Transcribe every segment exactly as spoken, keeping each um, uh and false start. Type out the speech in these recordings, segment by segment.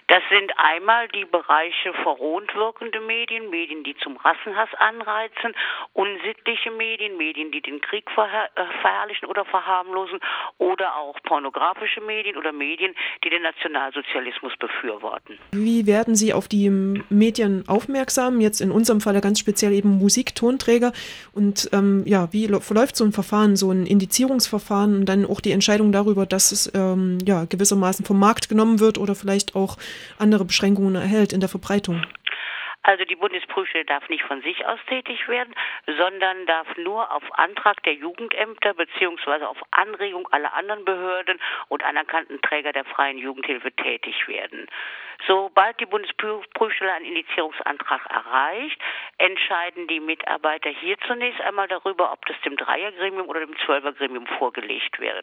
Das sind einmal die Bereiche verrohend wirkende Medien, Medien, die zum Rassenhass anreizen, unsittliche Medien, Medien, die den Krieg verher- äh, verherrlichen oder verharmlosen, oder auch pornografische Medien oder Medien, die den Nationalsozialismus befürworten. Wie werden Sie auf die ähm, Medien aufmerksam? Jetzt in unserem Falle ganz speziell eben Musiktonträger. Und ähm, ja, wie lo- verläuft so ein Verfahren, so ein Indizierungsverfahren und dann auch die Entscheidung darüber, dass es ähm, ja, gewissermaßen vom Markt genommen wird oder vielleicht auch andere Beschränkungen erhält in der Verbreitung? Also die Bundesprüfstelle darf nicht von sich aus tätig werden, sondern darf nur auf Antrag der Jugendämter beziehungsweise auf Anregung aller anderen Behörden und anerkannten Träger der freien Jugendhilfe tätig werden. Sobald die Bundesprüfstelle einen Indizierungsantrag erreicht, entscheiden die Mitarbeiter hier zunächst einmal darüber, ob das dem Dreiergremium oder dem Zwölfergremium vorgelegt wird.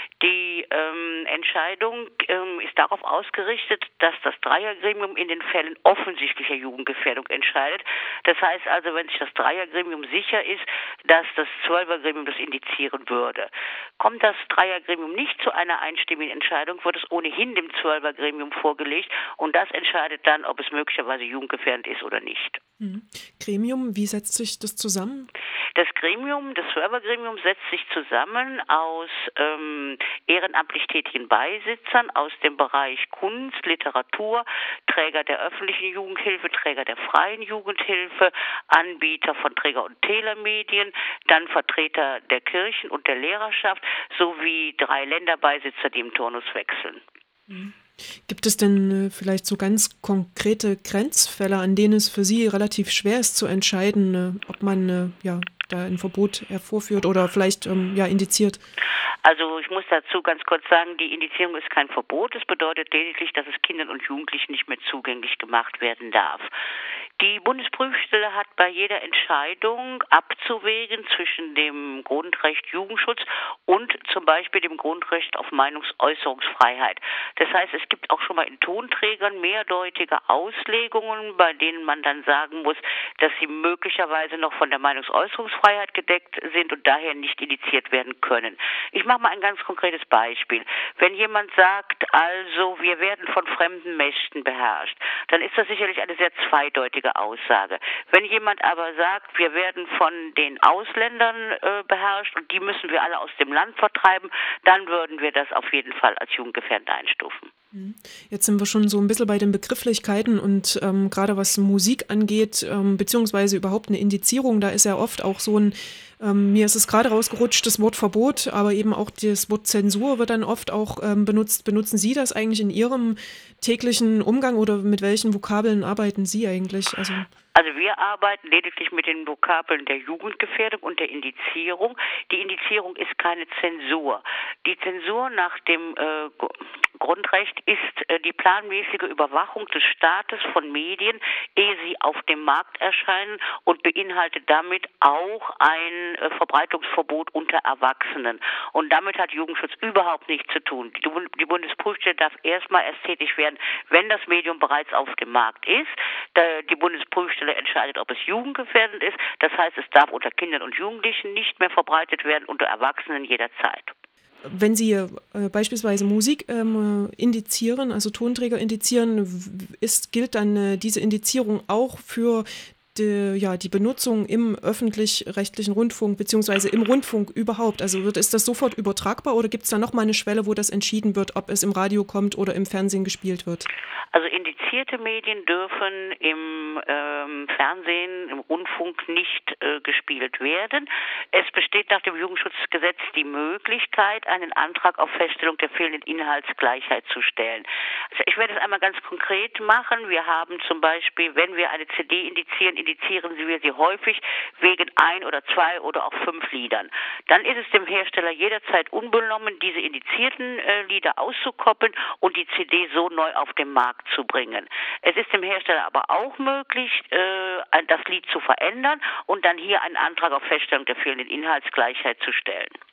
Die ähm, Entscheidung ähm, ist darauf ausgerichtet, dass das Dreiergremium in den Fällen offensichtlicher Jugendgefährdung entscheidet. Das heißt also, wenn sich das Dreiergremium sicher ist, dass das Zwölfergremium das indizieren würde. Kommt das Dreiergremium nicht zu einer einstimmigen Entscheidung, wird es ohnehin dem Zwölfergremium vorgelegt und das entscheidet dann, ob es möglicherweise jugendgefährdend ist oder nicht. Mhm. Gremium, wie setzt sich das zusammen? Das Gremium, das Fördergremium setzt sich zusammen aus ähm, ehrenamtlich tätigen Beisitzern aus dem Bereich Kunst, Literatur, Träger der öffentlichen Jugendhilfe, Träger der freien Jugendhilfe, Anbieter von Träger- und Telemedien, dann Vertreter der Kirchen und der Lehrerschaft sowie drei Länderbeisitzer, die im Turnus wechseln. Mhm. Gibt es denn äh, vielleicht so ganz konkrete Grenzfälle, an denen es für Sie relativ schwer ist zu entscheiden, äh, ob man äh, ja, da ein Verbot hervorführt oder vielleicht ähm, ja, indiziert? Also ich muss dazu ganz kurz sagen, die Indizierung ist kein Verbot. Es bedeutet lediglich, dass es Kindern und Jugendlichen nicht mehr zugänglich gemacht werden darf. Die Bundesprüfstelle hat bei jeder Entscheidung abzuwägen zwischen dem Grundrecht Jugendschutz und zum Beispiel dem Grundrecht auf Meinungsäußerungsfreiheit. Das heißt, es gibt auch schon mal in Tonträgern mehrdeutige Auslegungen, bei denen man dann sagen muss, dass sie möglicherweise noch von der Meinungsäußerungsfreiheit gedeckt sind und daher nicht indiziert werden können. Ich mache mal ein ganz konkretes Beispiel. Wenn jemand sagt, also wir werden von fremden Mächten beherrscht, dann ist das sicherlich eine sehr zweideutige Aussage. Wenn jemand aber sagt, wir werden von den Ausländern äh, beherrscht und die müssen wir alle aus dem Land vertreiben, dann würden wir das auf jeden Fall als jugendgefährdend einstufen. Jetzt sind wir schon so ein bisschen bei den Begrifflichkeiten und ähm, gerade was Musik angeht, ähm, beziehungsweise überhaupt eine Indizierung, da ist ja oft auch so ein, ähm, mir ist es gerade rausgerutscht, das Wort Verbot, aber eben auch das Wort Zensur wird dann oft auch ähm, benutzt. Benutzen Sie das eigentlich in Ihrem täglichen Umgang oder mit welchen Vokabeln arbeiten Sie eigentlich? Also Also wir arbeiten lediglich mit den Vokabeln der Jugendgefährdung und der Indizierung. Die Indizierung ist keine Zensur. Die Zensur nach dem äh, Grundrecht ist äh, die planmäßige Überwachung des Staates von Medien, ehe sie auf dem Markt erscheinen und beinhaltet damit auch ein äh, Verbreitungsverbot unter Erwachsenen. Und damit hat Jugendschutz überhaupt nichts zu tun. Die, die Bundesprüfstelle darf erstmal erst tätig werden, wenn das Medium bereits auf dem Markt ist. Da, die Bundesprüfstelle entscheidet, ob es jugendgefährdend ist. Das heißt, es darf unter Kindern und Jugendlichen nicht mehr verbreitet werden, unter Erwachsenen jederzeit. wenn Sie äh, beispielsweise Musik ähm, indizieren, also Tonträger indizieren, ist, gilt dann äh, diese Indizierung auch für die, ja, die Benutzung im öffentlich-rechtlichen Rundfunk beziehungsweise im Rundfunk überhaupt? Also wird, ist das sofort übertragbar oder gibt es da nochmal eine Schwelle, wo das entschieden wird, ob es im Radio kommt oder im Fernsehen gespielt wird? Also indizierte Medien dürfen im ähm, Fernsehen, im Rundfunk nicht äh, gespielt werden. Es besteht nach dem Jugendschutzgesetz die Möglichkeit, einen Antrag auf Feststellung der fehlenden Inhaltsgleichheit zu stellen. Also ich werde es einmal ganz konkret machen. Wir haben zum Beispiel, wenn wir eine C D indizieren, indizieren wir sie häufig wegen ein oder zwei oder auch fünf Liedern. Dann ist es dem Hersteller jederzeit unbenommen, diese indizierten äh, Lieder auszukoppeln und die C D so neu auf den Markt zu bringen. Es ist dem Hersteller aber auch möglich, äh, das Lied zu verändern und dann hier einen Antrag auf Feststellung der fehlenden Inhaltsgleichheit zu stellen.